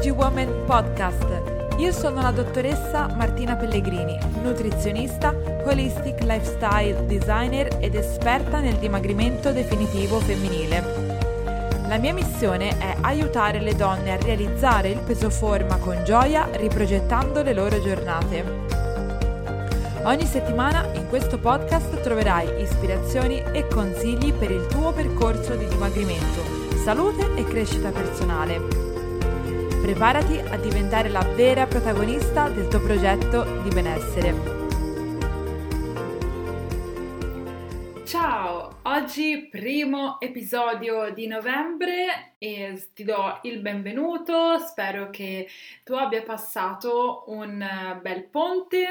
Energy Woman Podcast. Io sono la dottoressa Martina Pellegrini, nutrizionista, holistic lifestyle designer ed esperta nel dimagrimento definitivo femminile. La mia missione è aiutare le donne a realizzare il peso forma con gioia, riprogettando le loro giornate. Ogni settimana in questo podcast troverai ispirazioni e consigli per il tuo percorso di dimagrimento, salute e crescita personale. Preparati a diventare la vera protagonista del tuo progetto di benessere. Ciao, oggi primo episodio di novembre e ti do il benvenuto, spero che tu abbia passato un bel ponte,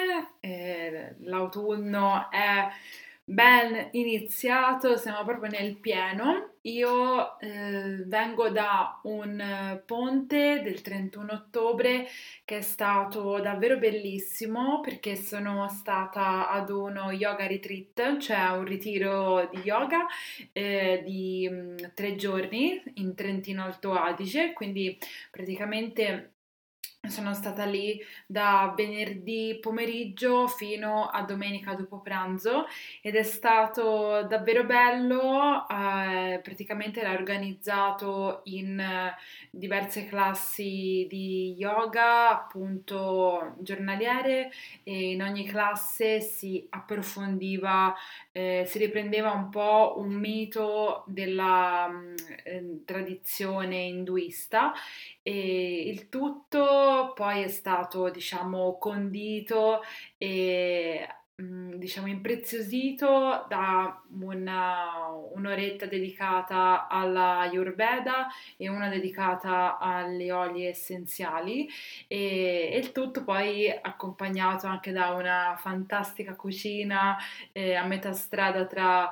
l'autunno è ben iniziato, siamo proprio nel pieno. Io vengo da un ponte del 31 ottobre che è stato davvero bellissimo perché sono stata ad uno yoga retreat, cioè un ritiro di yoga di 3 giorni in Trentino Alto Adige, quindi praticamente sono stata lì da venerdì pomeriggio fino a domenica dopo pranzo ed è stato davvero bello, praticamente l'ha organizzato in diverse classi di yoga appunto giornaliere e in ogni classe si approfondiva, si riprendeva un po' un mito della tradizione induista. E il tutto poi è stato, diciamo, condito e diciamo impreziosito da un'oretta dedicata alla Ayurveda e una dedicata alle oli essenziali e il tutto poi accompagnato anche da una fantastica cucina a metà strada tra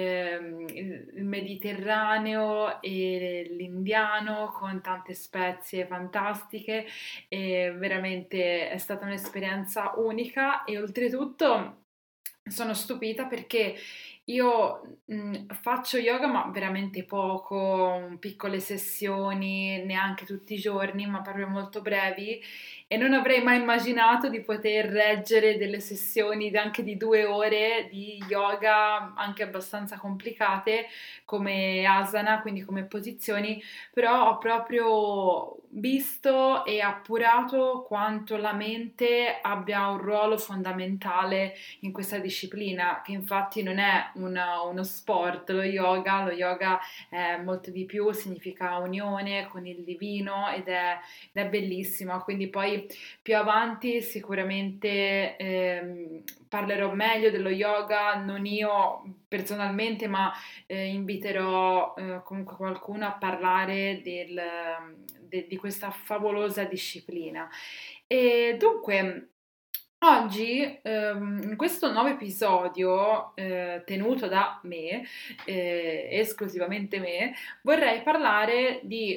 il Mediterraneo e l'indiano con tante spezie fantastiche e veramente è stata un'esperienza unica e oltretutto sono stupita perché io faccio yoga ma veramente poco, piccole sessioni, neanche tutti i giorni, ma proprio molto brevi e non avrei mai immaginato di poter reggere delle sessioni anche di 2 ore di yoga, anche abbastanza complicate come asana, quindi come posizioni, però ho proprio visto e appurato quanto la mente abbia un ruolo fondamentale in questa disciplina, che infatti non è uno sport, lo yoga è molto di più, significa unione con il divino ed è bellissima, quindi poi più avanti sicuramente parlerò meglio dello yoga, non io personalmente, ma inviterò comunque qualcuno a parlare di questa favolosa disciplina. E dunque, oggi, in questo nuovo episodio tenuto da me, esclusivamente me, vorrei parlare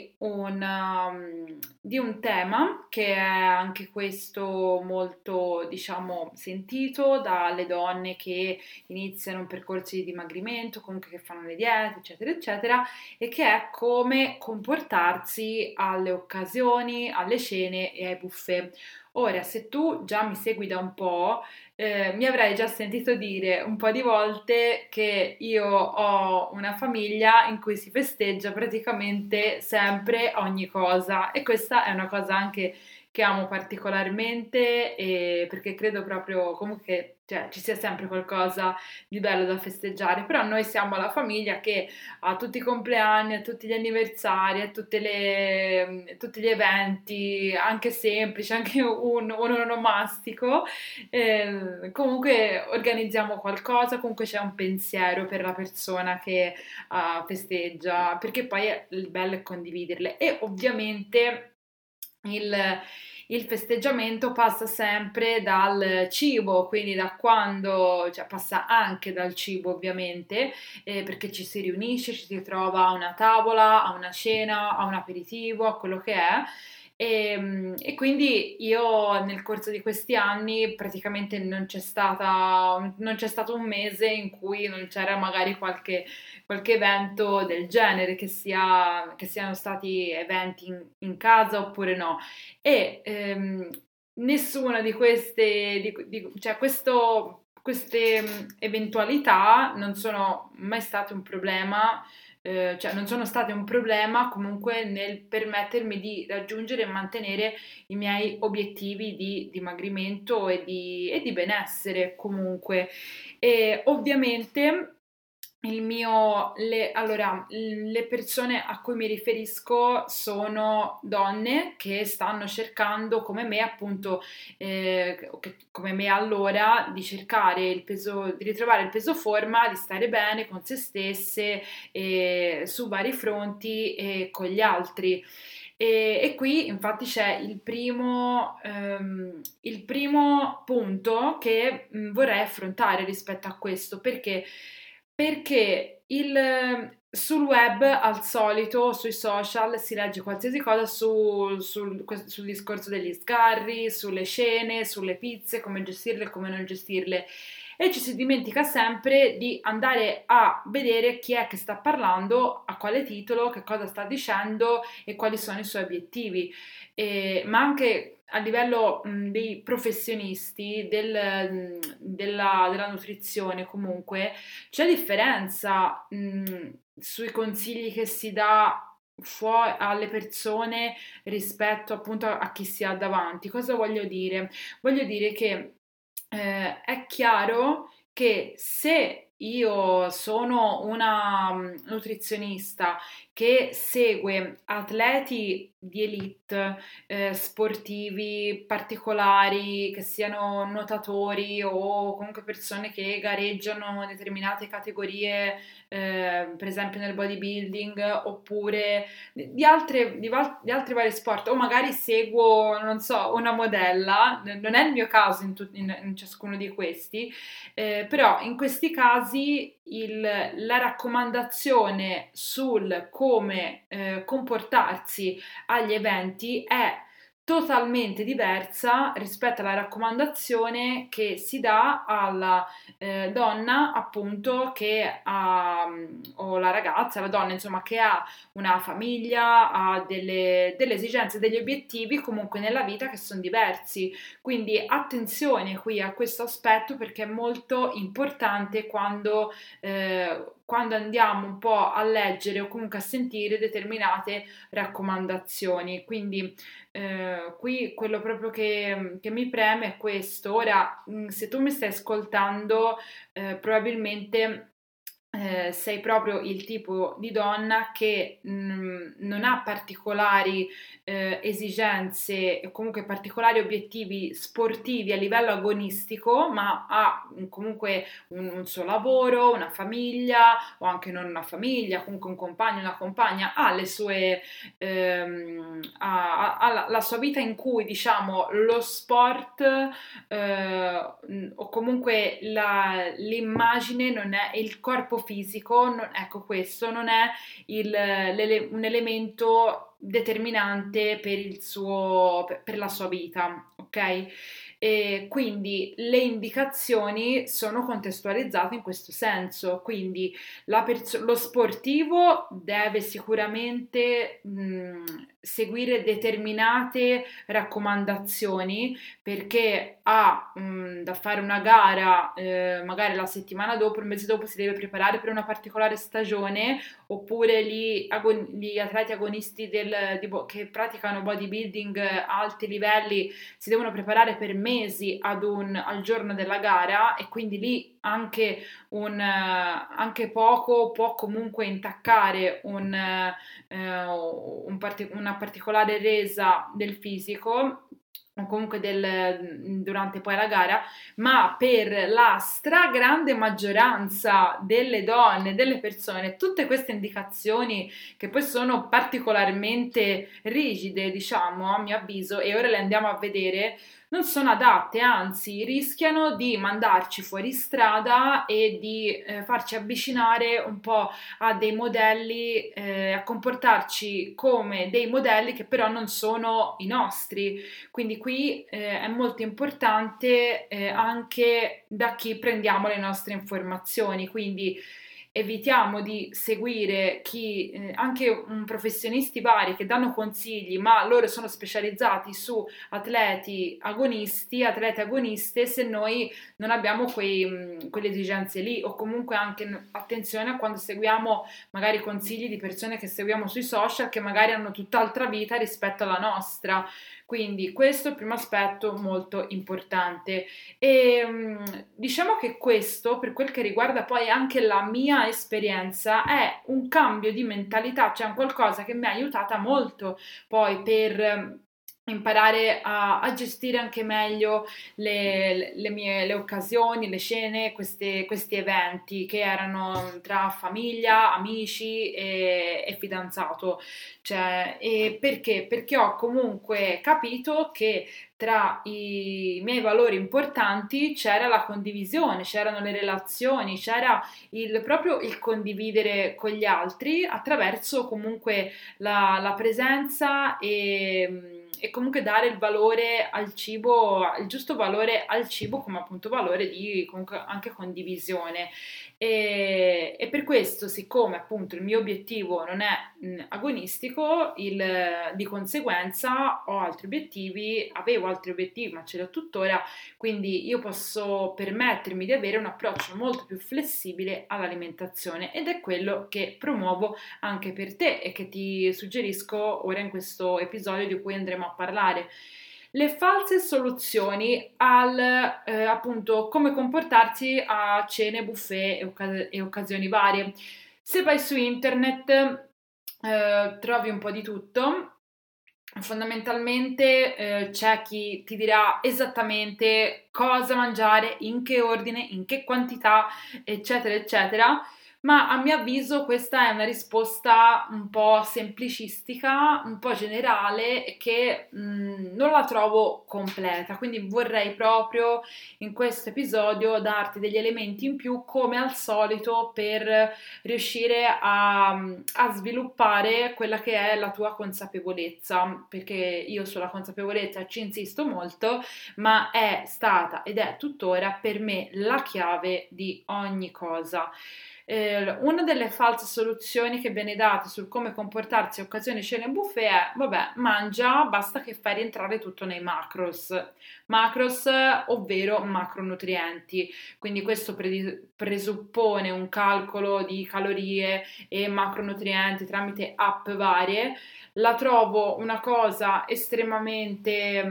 di un tema che è anche questo molto, diciamo, sentito dalle donne che iniziano un percorso di dimagrimento, comunque che fanno le diete, eccetera, eccetera, e che è come comportarsi alle occasioni, alle cene e ai buffet. Ora, se tu già mi segui da un po', mi avrai già sentito dire un po' di volte che io ho una famiglia in cui si festeggia praticamente sempre ogni cosa e questa è una cosa anche che amo particolarmente perché credo proprio comunque cioè, ci sia sempre qualcosa di bello da festeggiare, però noi siamo la famiglia che a tutti i compleanni, a tutti gli anniversari, a tutti gli eventi, anche semplici, anche un onomastico, comunque organizziamo qualcosa, comunque c'è un pensiero per la persona che festeggia, perché poi il bello è condividerle e ovviamente il, il festeggiamento passa sempre dal cibo, quindi da quando, cioè passa anche dal cibo ovviamente, perché ci si riunisce, ci si trova a una tavola, a una cena, a un aperitivo, a quello che è. E quindi io nel corso di questi anni praticamente non c'è stato un mese in cui non c'era magari qualche evento del genere, che siano stati eventi in casa oppure no. E nessuna di cioè queste eventualità non sono mai state un problema, cioè non sono state un problema comunque nel permettermi di raggiungere e mantenere i miei obiettivi di dimagrimento e di benessere comunque. E ovviamente allora, le persone a cui mi riferisco sono donne che stanno cercando, come me, appunto, come me allora, di cercare di ritrovare il peso forma, di stare bene con se stesse, su vari fronti e con gli altri. E qui infatti c'è il primo punto che vorrei affrontare rispetto a questo, perché sul web al solito, sui social, si legge qualsiasi cosa sul discorso degli sgarri, sulle cene, sulle pizze, come gestirle e come non gestirle. E ci si dimentica sempre di andare a vedere chi è che sta parlando, a quale titolo, che cosa sta dicendo e quali sono i suoi obiettivi. Ma anche a livello dei professionisti della nutrizione, comunque, c'è differenza sui consigli che si dà alle persone rispetto appunto a chi si ha davanti. Cosa voglio dire? Voglio dire che è chiaro che se io sono una nutrizionista che segue atleti di elite, sportivi particolari, che siano nuotatori o comunque persone che gareggiano in determinate categorie, per esempio nel bodybuilding, oppure di altri vari sport, o magari seguo, non so, una modella, non è il mio caso in ciascuno di questi, però in questi casi la raccomandazione sul come comportarsi agli eventi è totalmente diversa rispetto alla raccomandazione che si dà alla donna appunto che ha, o la ragazza, la donna insomma che ha una famiglia, ha delle esigenze, degli obiettivi comunque nella vita che sono diversi. Quindi attenzione qui a questo aspetto perché è molto importante quando andiamo un po' a leggere o comunque a sentire determinate raccomandazioni. Quindi qui quello proprio che mi preme è questo. Ora, se tu mi stai ascoltando, probabilmente sei proprio il tipo di donna che non ha particolari esigenze o comunque particolari obiettivi sportivi a livello agonistico, ma ha comunque un suo lavoro, una famiglia o anche non una famiglia, comunque un compagno, una compagna, ha le sue ha la sua vita in cui diciamo lo sport o comunque l'immagine non è il corpo fisico, ecco questo non è un elemento determinante per la sua vita, ok? E quindi le indicazioni sono contestualizzate in questo senso, quindi lo sportivo deve sicuramente seguire determinate raccomandazioni perché ha da fare una gara magari la settimana dopo, il mese dopo si deve preparare per una particolare stagione, oppure gli atleti agonisti che praticano bodybuilding a alti livelli si devono preparare per mesi al giorno della gara e quindi lì anche poco può comunque intaccare una particolare resa del fisico o comunque durante poi la gara, ma per la stragrande maggioranza delle donne, delle persone, tutte queste indicazioni che poi sono particolarmente rigide, diciamo, a mio avviso, e ora le andiamo a vedere, non sono adatte, anzi rischiano di mandarci fuori strada e di farci avvicinare un po' a dei modelli, a comportarci come dei modelli che però non sono i nostri. Quindi qui è molto importante anche da chi prendiamo le nostre informazioni, quindi evitiamo di seguire anche professionisti vari che danno consigli, ma loro sono specializzati su atlete agoniste, se noi non abbiamo quelle esigenze lì, o comunque anche attenzione a quando seguiamo magari consigli di persone che seguiamo sui social che magari hanno tutt'altra vita rispetto alla nostra. Quindi questo è il primo aspetto molto importante. E diciamo che questo, per quel che riguarda poi anche la mia esperienza, è un cambio di mentalità, cioè un qualcosa che mi ha aiutata molto poi per imparare a gestire anche meglio le occasioni, le scene, questi eventi che erano tra famiglia, amici e fidanzato. Cioè, e perché? Perché ho comunque capito che tra i miei valori importanti c'era la condivisione, c'erano le relazioni, c'era proprio il condividere con gli altri attraverso comunque la presenza e comunque dare il valore al cibo, il giusto valore al cibo come appunto valore di comunque anche condivisione. E per questo, siccome appunto il mio obiettivo non è agonistico, di conseguenza avevo altri obiettivi, ma ce li ho tuttora, quindi io posso permettermi di avere un approccio molto più flessibile all'alimentazione ed è quello che promuovo anche per te e che ti suggerisco ora in questo episodio di cui andremo a parlare. Le false soluzioni appunto come comportarsi a cene, buffet e occasioni varie. Se vai su internet trovi un po' di tutto. Fondamentalmente c'è chi ti dirà esattamente cosa mangiare, in che ordine, in che quantità, eccetera, eccetera. Ma a mio avviso questa è una risposta un po' semplicistica, un po' generale e che non la trovo completa. Quindi vorrei proprio in questo episodio darti degli elementi in più, come al solito, per riuscire a sviluppare quella che è la tua consapevolezza, perché io sulla consapevolezza ci insisto molto, ma è stata ed è tuttora per me la chiave di ogni cosa. Una delle false soluzioni che viene data sul come comportarsi a occasione di cene buffet è: vabbè, mangia, basta che fai rientrare tutto nei macros. Macros, ovvero macronutrienti. Quindi questo presuppone un calcolo di calorie e macronutrienti tramite app varie. La trovo una cosa estremamente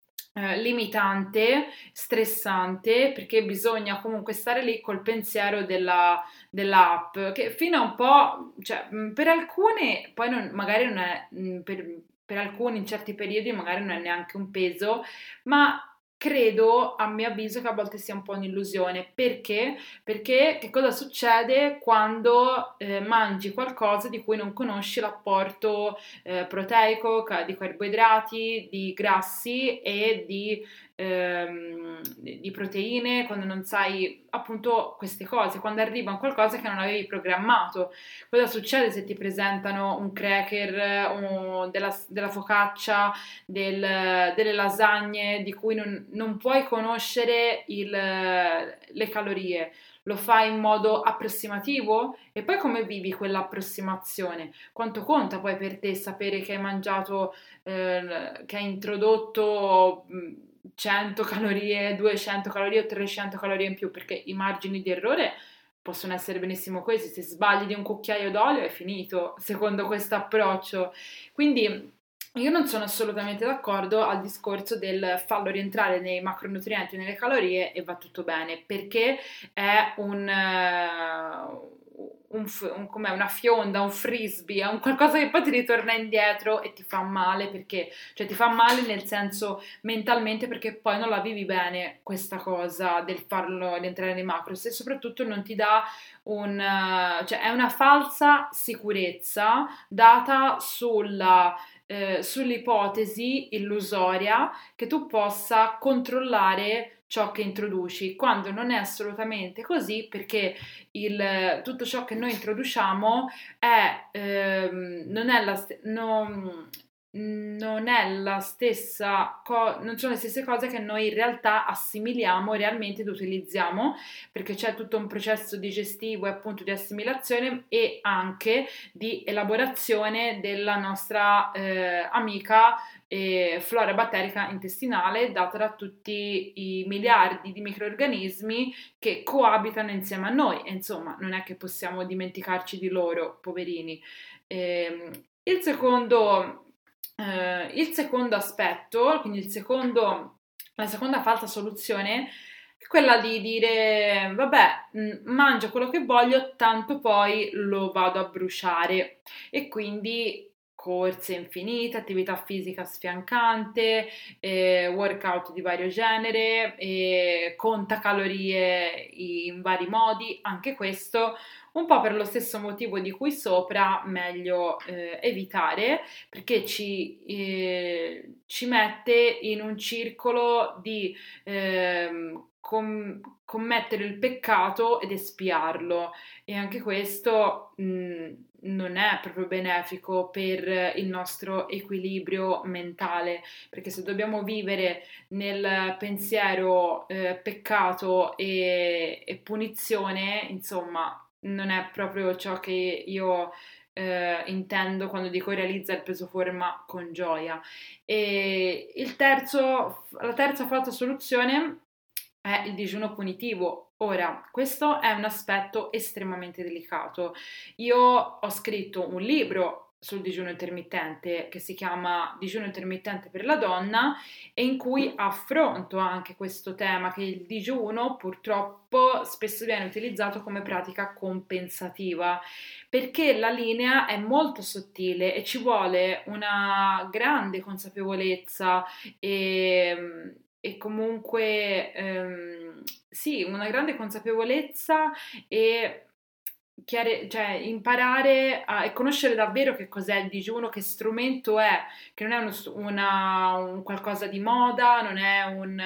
limitante, stressante, perché bisogna comunque stare lì col pensiero dell'app, che fino a un po', cioè per alcune poi magari non è, per alcuni in certi periodi magari non è neanche un peso, ma credo, a mio avviso, che a volte sia un po' un'illusione. Perché? Perché che cosa succede quando mangi qualcosa di cui non conosci l'apporto proteico, di carboidrati, di grassi e di proteine, quando non sai appunto queste cose, quando arriva un qualcosa che non avevi programmato. Cosa succede se ti presentano un cracker o della focaccia, delle lasagne di cui non puoi conoscere le calorie? Lo fai in modo approssimativo? E poi come vivi quell'approssimazione? Quanto conta poi per te sapere che hai mangiato, che hai introdotto 100 calorie, 200 calorie o 300 calorie in più? Perché i margini di errore possono essere benissimo questi. Se sbagli di un cucchiaio d'olio è finito, secondo questo approccio. Quindi io non sono assolutamente d'accordo al discorso del farlo rientrare nei macronutrienti e nelle calorie e va tutto bene, perché è com'è, una fionda, un frisbee, è un qualcosa che poi ti ritorna indietro e ti fa male, perché, cioè ti fa male nel senso mentalmente, perché poi non la vivi bene questa cosa del farlo rientrare nei macros e soprattutto non ti dà cioè è una falsa sicurezza data sulla sull'ipotesi illusoria che tu possa controllare ciò che introduci, quando non è assolutamente così, perché tutto ciò che noi introduciamo non è non è la stessa non sono le stesse cose che noi in realtà assimiliamo realmente ed utilizziamo, perché c'è tutto un processo digestivo e appunto di assimilazione e anche di elaborazione della nostra amica flora batterica intestinale, data da tutti i miliardi di microrganismi che coabitano insieme a noi. E insomma, non è che possiamo dimenticarci di loro, poverini. Ehm, il secondo, il secondo aspetto, quindi la seconda falsa soluzione, è quella di dire, vabbè, mangio quello che voglio, tanto poi lo vado a bruciare. E quindi corse infinite, attività fisica sfiancante, workout di vario genere, conta calorie in vari modi, anche questo un po' per lo stesso motivo di cui sopra, meglio evitare, perché ci mette in un circolo di commettere il peccato ed espiarlo, e anche questo non è proprio benefico per il nostro equilibrio mentale, perché se dobbiamo vivere nel pensiero peccato e punizione, insomma, non è proprio ciò che io intendo quando dico realizza il peso forma con gioia. E la terza falsa soluzione è il digiuno punitivo. Ora, questo è un aspetto estremamente delicato. Io ho scritto un libro sul digiuno intermittente che si chiama Digiuno intermittente per la donna, e in cui affronto anche questo tema, che il digiuno purtroppo spesso viene utilizzato come pratica compensativa, perché la linea è molto sottile e ci vuole una grande consapevolezza e comunque sì, una grande consapevolezza e cioè, imparare e conoscere davvero che cos'è il digiuno, che strumento è, che non è un qualcosa di moda, non è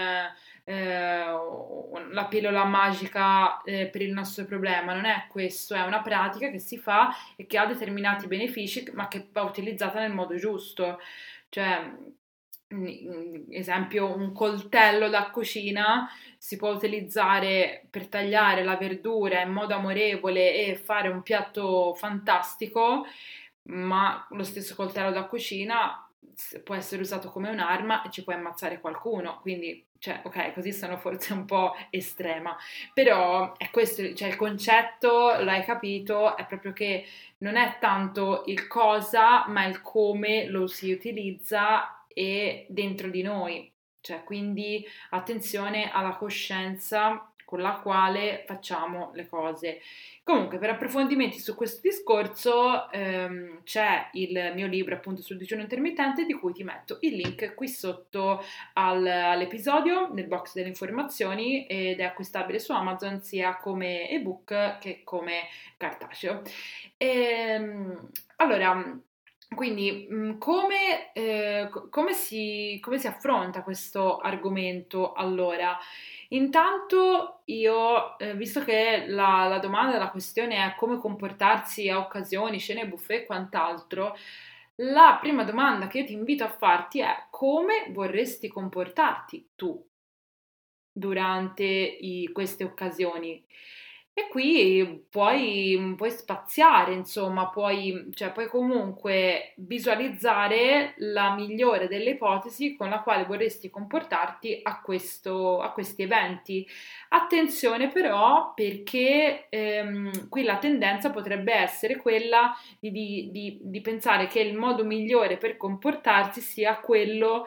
la pillola magica per il nostro problema, non è questo, è una pratica che si fa e che ha determinati benefici, ma che va utilizzata nel modo giusto. Cioè, esempio, un coltello da cucina si può utilizzare per tagliare la verdura in modo amorevole e fare un piatto fantastico, ma lo stesso coltello da cucina può essere usato come un'arma e ci può ammazzare qualcuno, quindi, cioè, ok, così sono forse un po' estrema, però è questo, cioè il concetto, l'hai capito, è proprio che non è tanto il cosa, ma il come lo si utilizza e dentro di noi. Cioè, quindi attenzione alla coscienza con la quale facciamo le cose. Comunque, per approfondimenti su questo discorso c'è il mio libro appunto sul digiuno intermittente, di cui ti metto il link qui sotto all'episodio, nel box delle informazioni, ed è acquistabile su Amazon sia come ebook che come cartaceo. Allora, quindi come si affronta questo argomento? Allora, intanto io, visto che la domanda, la questione è come comportarsi a occasioni, cene, buffet e quant'altro, la prima domanda che io ti invito a farti è: come vorresti comportarti tu durante queste occasioni? E qui puoi spaziare, insomma, puoi comunque visualizzare la migliore delle ipotesi con la quale vorresti comportarti a questi eventi. Attenzione però, perché qui la tendenza potrebbe essere quella di pensare che il modo migliore per comportarsi sia quello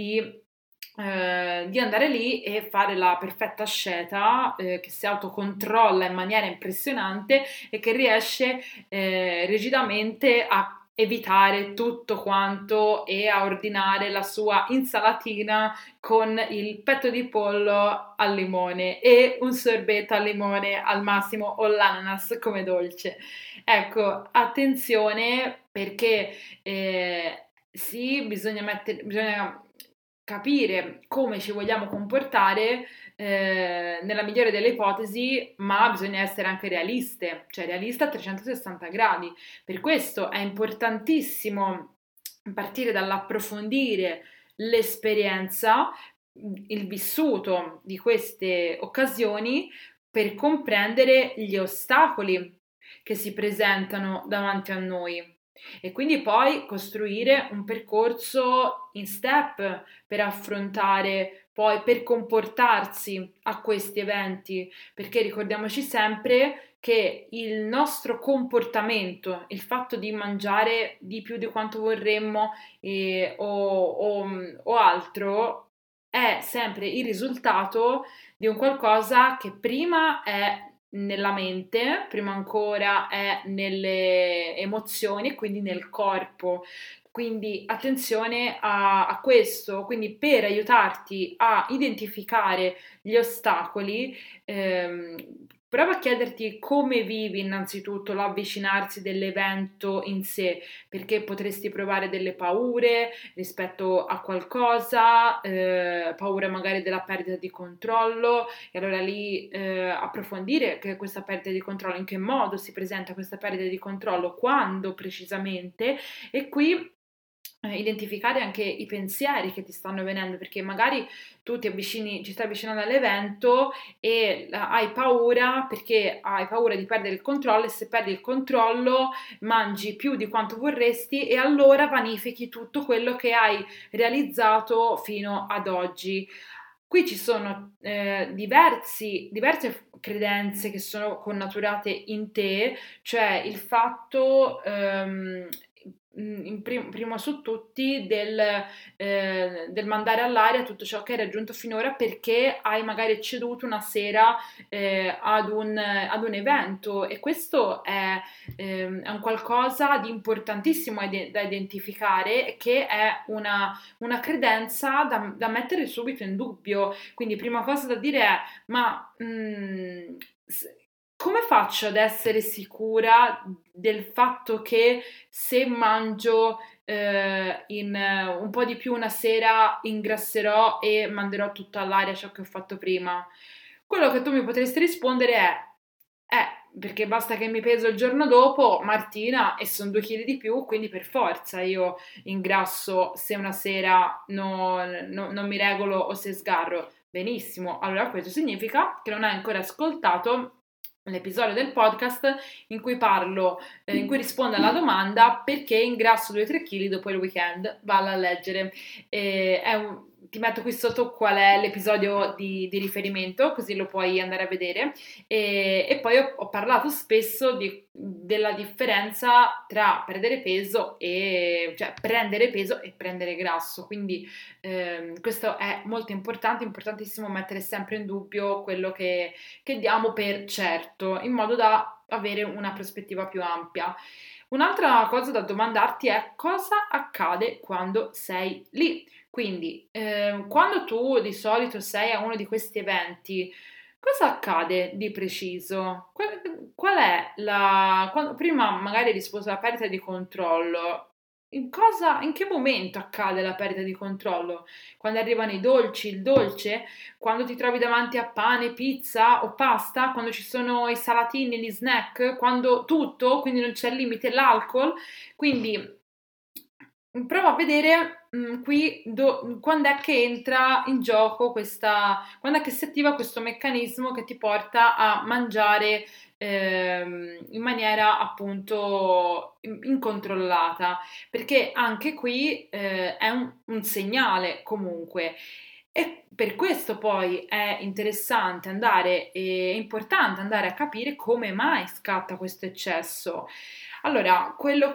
di andare lì e fare la perfetta scelta, che si autocontrolla in maniera impressionante e che riesce rigidamente a evitare tutto quanto e a ordinare la sua insalatina con il petto di pollo al limone e un sorbetto al limone al massimo, o l'ananas come dolce. Ecco, attenzione, perché sì, bisogna capire come ci vogliamo comportare nella migliore delle ipotesi, ma bisogna essere anche realiste, cioè realista a 360 gradi. Per questo è importantissimo partire dall'approfondire l'esperienza, il vissuto di queste occasioni per comprendere gli ostacoli che si presentano davanti a noi e quindi poi costruire un percorso in step per affrontare, poi per comportarsi a questi eventi, perché ricordiamoci sempre che il nostro comportamento, il fatto di mangiare di più di quanto vorremmo o altro, è sempre il risultato di un qualcosa che prima è nella mente, prima ancora è nelle emozioni e quindi nel corpo. Quindi attenzione a questo, quindi per aiutarti a identificare gli ostacoli, ehm, prova a chiederti come vivi innanzitutto l'avvicinarsi dell'evento in sé, perché potresti provare delle paure rispetto a qualcosa, paure magari della perdita di controllo, e allora lì approfondire che questa perdita di controllo, in che modo si presenta questa perdita di controllo, quando precisamente, e qui identificare anche i pensieri che ti stanno venendo, perché magari tu ci stai avvicinando all'evento e hai paura perché hai paura di perdere il controllo e se perdi il controllo mangi più di quanto vorresti e allora vanifichi tutto quello che hai realizzato fino ad oggi. Qui ci sono diverse credenze che sono connaturate in te, cioè il fatto, primo su tutti, del mandare all'aria tutto ciò che hai raggiunto finora perché hai magari ceduto una sera ad un evento e questo è un qualcosa di importantissimo da identificare e che è una credenza da mettere subito in dubbio. Quindi, prima cosa da dire è: ma come faccio ad essere sicura del fatto che se mangio un po' di più una sera ingrasserò e manderò tutto all'aria ciò che ho fatto prima? Quello che tu mi potresti rispondere perché basta che mi peso il giorno dopo, Martina, e sono 2 chili di più, quindi per forza io ingrasso se una sera non mi regolo o se sgarro. Benissimo, allora questo significa che non hai ancora ascoltato l'episodio del podcast in cui rispondo alla domanda perché ingrasso 2-3 kg dopo il weekend. Valla a leggere. Ti metto qui sotto qual è l'episodio di riferimento, così lo puoi andare a vedere. E poi ho parlato spesso della differenza tra perdere peso cioè prendere peso e prendere grasso. Quindi questo è molto importante, importantissimo mettere sempre in dubbio quello che diamo per certo, in modo da avere una prospettiva più ampia. Un'altra cosa da domandarti è cosa accade quando sei lì. Quindi, quando tu di solito sei a uno di questi eventi, cosa accade di preciso? Qual è prima magari hai risposto alla perdita di controllo. In che momento accade la perdita di controllo? Quando arrivano i dolci, il dolce? Quando ti trovi davanti a pane, pizza o pasta? Quando ci sono i salatini, gli snack? Quando tutto, quindi non c'è limite, l'alcol? Quindi prova a vedere qui quando è che entra in gioco quando è che si attiva questo meccanismo che ti porta a mangiare in maniera appunto incontrollata, perché anche qui è un segnale comunque. E per questo poi è interessante è importante andare a capire come mai scatta questo eccesso. Allora,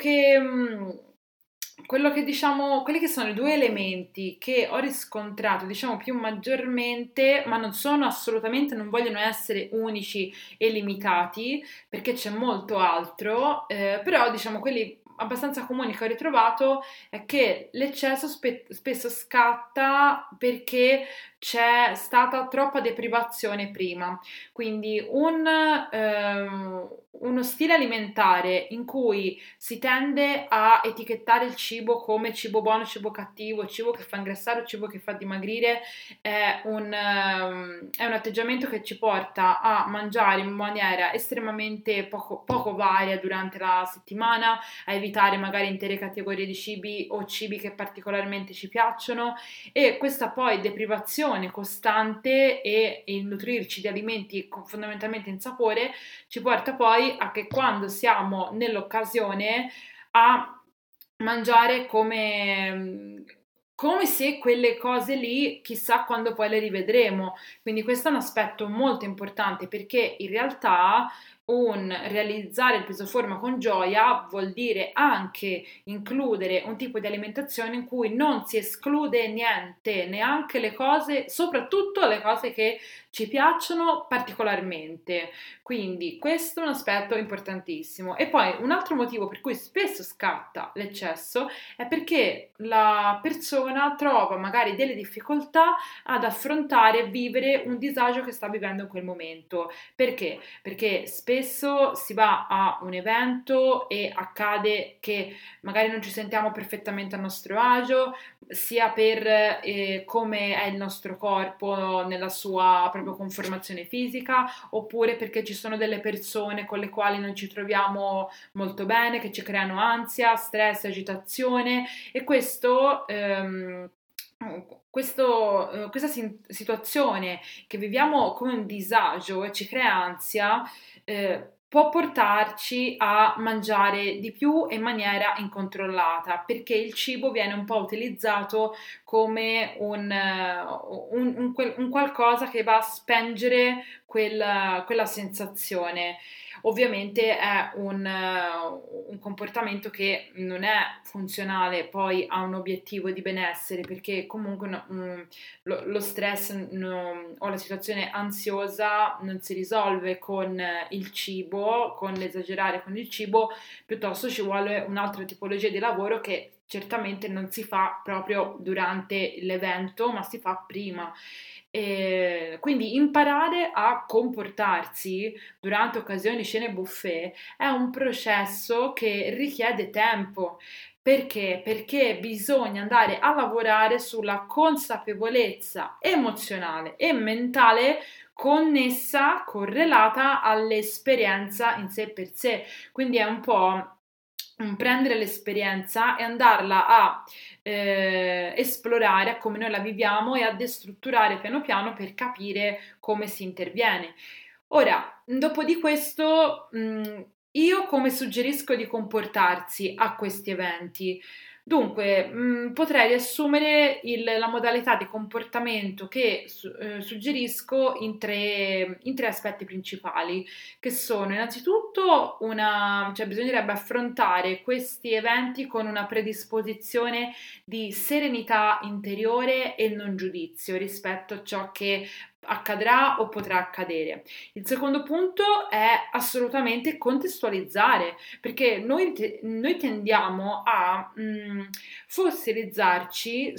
quello che diciamo, quelli che sono i due elementi che ho riscontrato, diciamo, più maggiormente, ma non sono assolutamente, non vogliono essere unici e limitati, perché c'è molto altro, però diciamo quelli abbastanza comuni che ho ritrovato è che l'eccesso spesso scatta perché c'è stata troppa deprivazione prima, quindi uno stile alimentare in cui si tende a etichettare il cibo come cibo buono, cibo cattivo, cibo che fa ingrassare o cibo che fa dimagrire, è un atteggiamento che ci porta a mangiare in maniera estremamente poco varia durante la settimana, a evitare magari intere categorie di cibi o cibi che particolarmente ci piacciono, e questa poi deprivazione costante e il nutrirci di alimenti fondamentalmente insapore ci porta poi a che quando siamo nell'occasione a mangiare come se quelle cose lì chissà quando poi le rivedremo. Quindi questo è un aspetto molto importante, perché in realtà un realizzare il peso forma con gioia vuol dire anche includere un tipo di alimentazione in cui non si esclude niente, neanche le cose, soprattutto le cose che ci piacciono particolarmente. Quindi questo è un aspetto importantissimo. E poi un altro motivo per cui spesso scatta l'eccesso è perché la persona trova magari delle difficoltà ad affrontare e vivere un disagio che sta vivendo in quel momento. Perché? Perché spesso si va a un evento e accade che magari non ci sentiamo perfettamente a nostro agio, sia per come è il nostro corpo nella sua propria conformazione fisica, oppure perché ci sono delle persone con le quali non ci troviamo molto bene, che ci creano ansia, stress, agitazione, e questa situazione che viviamo come un disagio e ci crea ansia, può portarci a mangiare di più e in maniera incontrollata, perché il cibo viene un po' utilizzato come un qualcosa che va a spengere quella sensazione. Ovviamente è un comportamento che non è funzionale poi a un obiettivo di benessere, perché comunque lo stress o la situazione ansiosa non si risolve con il cibo, con l'esagerare con il cibo, piuttosto ci vuole un'altra tipologia di lavoro che certamente non si fa proprio durante l'evento, ma si fa prima. E quindi imparare a comportarsi durante occasioni di cene buffet è un processo che richiede tempo. Perché? Perché bisogna andare a lavorare sulla consapevolezza emozionale e mentale connessa, correlata all'esperienza in sé per sé. Quindi è un po' un prendere l'esperienza e andarla a esplorare a come noi la viviamo e a destrutturare piano piano per capire come si interviene. Ora, dopo di questo, io come suggerisco di comportarsi a questi eventi? Dunque, potrei riassumere la modalità di comportamento che suggerisco in tre aspetti principali, che sono innanzitutto cioè bisognerebbe affrontare questi eventi con una predisposizione di serenità interiore e non giudizio rispetto a ciò che accadrà o potrà accadere. Il secondo punto è assolutamente contestualizzare, perché noi tendiamo a fossilizzarci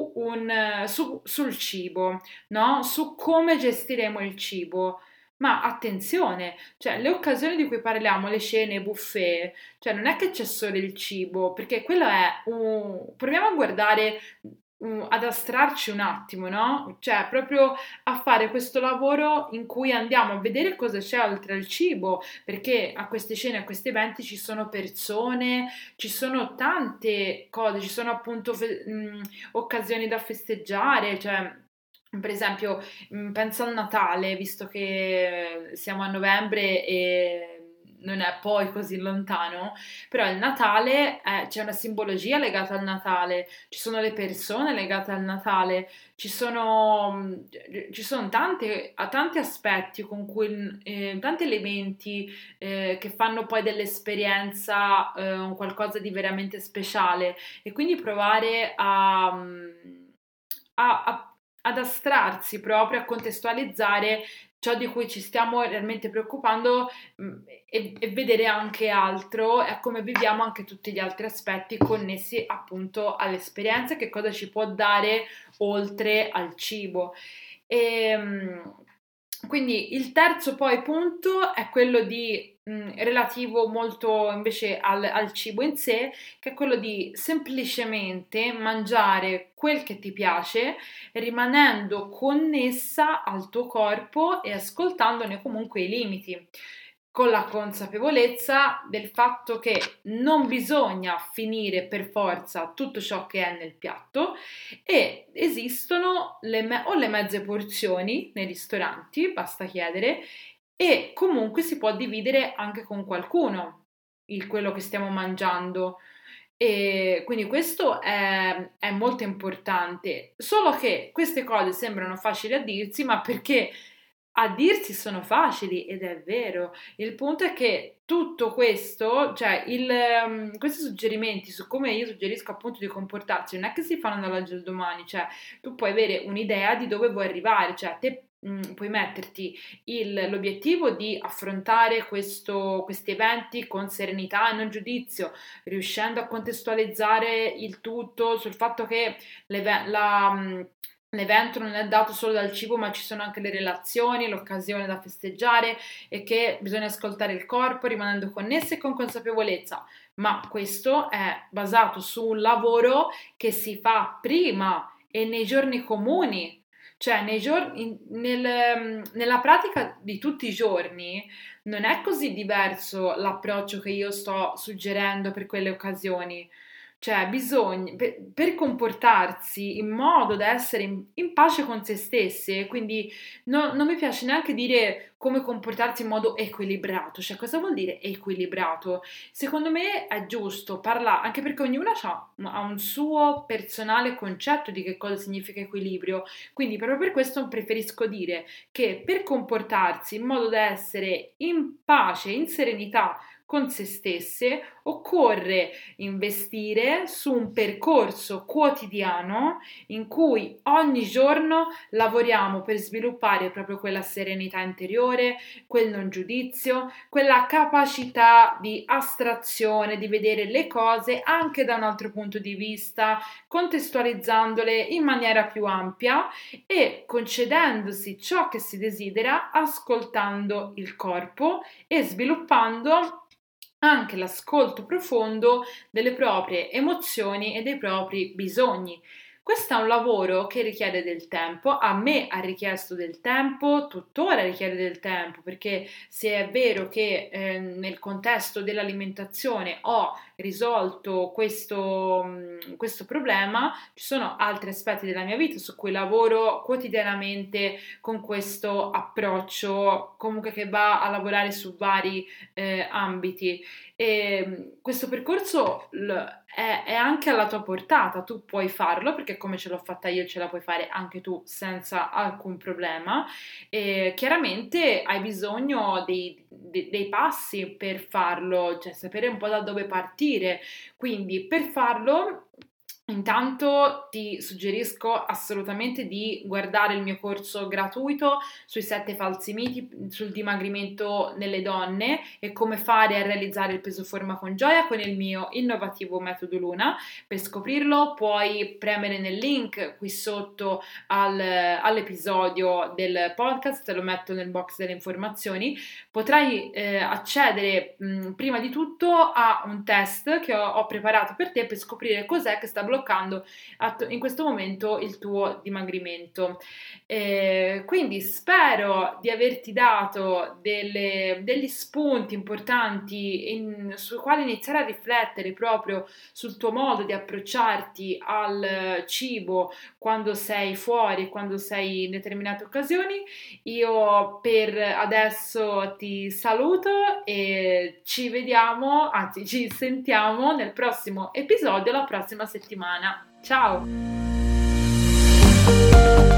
sul cibo, no? Su come gestiremo il cibo. Ma attenzione, cioè le occasioni di cui parliamo, le cene, buffet, cioè non è che c'è solo il cibo, perché quello proviamo a guardare, ad astrarci un attimo, no? Cioè proprio a fare questo lavoro in cui andiamo a vedere cosa c'è oltre al cibo, perché a queste cene, a questi eventi ci sono persone, ci sono tante cose, ci sono appunto occasioni da festeggiare, cioè per esempio penso al Natale, visto che siamo a novembre e non è poi così lontano, però il Natale, c'è una simbologia legata al Natale, ci sono le persone legate al Natale, ci sono tanti aspetti con cui, tanti elementi che fanno poi dell'esperienza un qualcosa di veramente speciale, e quindi provare ad astrarsi proprio, a contestualizzare ciò di cui ci stiamo realmente preoccupando, e vedere anche altro e a come viviamo anche tutti gli altri aspetti connessi appunto all'esperienza, che cosa ci può dare oltre al cibo. E, Quindi il terzo poi punto è quello relativo molto invece al cibo in sé, che è quello di semplicemente mangiare quel che ti piace, rimanendo connessa al tuo corpo e ascoltandone comunque i limiti, con la consapevolezza del fatto che non bisogna finire per forza tutto ciò che è nel piatto e esistono le mezze porzioni nei ristoranti, basta chiedere, e comunque si può dividere anche con qualcuno quello che stiamo mangiando. E quindi questo è molto importante, solo che queste cose sembrano facili a dirsi, ma perché a dirsi sono facili ed è vero. Il punto è che tutto questo, cioè questi suggerimenti su come io suggerisco appunto di comportarsi, non è che si fanno dall'oggi al domani, cioè tu puoi avere un'idea di dove vuoi arrivare, cioè te puoi metterti l'obiettivo di affrontare questi eventi con serenità e non giudizio, riuscendo a contestualizzare il tutto sul fatto che l'evento non è dato solo dal cibo, ma ci sono anche le relazioni, l'occasione da festeggiare e che bisogna ascoltare il corpo rimanendo connessi e con consapevolezza. Ma questo è basato su un lavoro che si fa prima e nei giorni comuni, cioè nella pratica di tutti i giorni non è così diverso l'approccio che io sto suggerendo per quelle occasioni. Cioè, bisogna, per comportarsi in modo da essere in pace con se stesse, quindi non mi piace neanche dire come comportarsi in modo equilibrato, cioè cosa vuol dire equilibrato? Secondo me è giusto parlare, anche perché ognuno ha un suo personale concetto di che cosa significa equilibrio, quindi proprio per questo preferisco dire che per comportarsi in modo da essere in pace, in serenità con se stesse, occorre investire su un percorso quotidiano in cui ogni giorno lavoriamo per sviluppare proprio quella serenità interiore, quel non giudizio, quella capacità di astrazione, di vedere le cose anche da un altro punto di vista, contestualizzandole in maniera più ampia e concedendosi ciò che si desidera, ascoltando il corpo e sviluppando anche l'ascolto profondo delle proprie emozioni e dei propri bisogni. Questo è un lavoro che richiede del tempo, a me ha richiesto del tempo, tuttora richiede del tempo, perché se è vero che nel contesto dell'alimentazione ho risolto questo problema, ci sono altri aspetti della mia vita su cui lavoro quotidianamente con questo approccio, comunque che va a lavorare su vari ambiti. E questo percorso è anche alla tua portata, tu puoi farlo perché come ce l'ho fatta io ce la puoi fare anche tu senza alcun problema e chiaramente hai bisogno dei passi per farlo, cioè sapere un po' da dove partire, quindi per farlo intanto ti suggerisco assolutamente di guardare il mio corso gratuito sui 7 falsi miti sul dimagrimento nelle donne e come fare a realizzare il peso forma con gioia con il mio innovativo metodo Luna. Per scoprirlo puoi premere nel link qui sotto all'episodio del podcast, te lo metto nel box delle informazioni. Potrai accedere prima di tutto a un test che ho preparato per te per scoprire cos'è che sta bloccando in questo momento il tuo dimagrimento. Quindi spero di averti dato degli spunti importanti sui quali iniziare a riflettere proprio sul tuo modo di approcciarti al cibo quando sei fuori, quando sei in determinate occasioni. Io per adesso ti saluto e ci vediamo, anzi ci sentiamo nel prossimo episodio la prossima settimana. Ciao!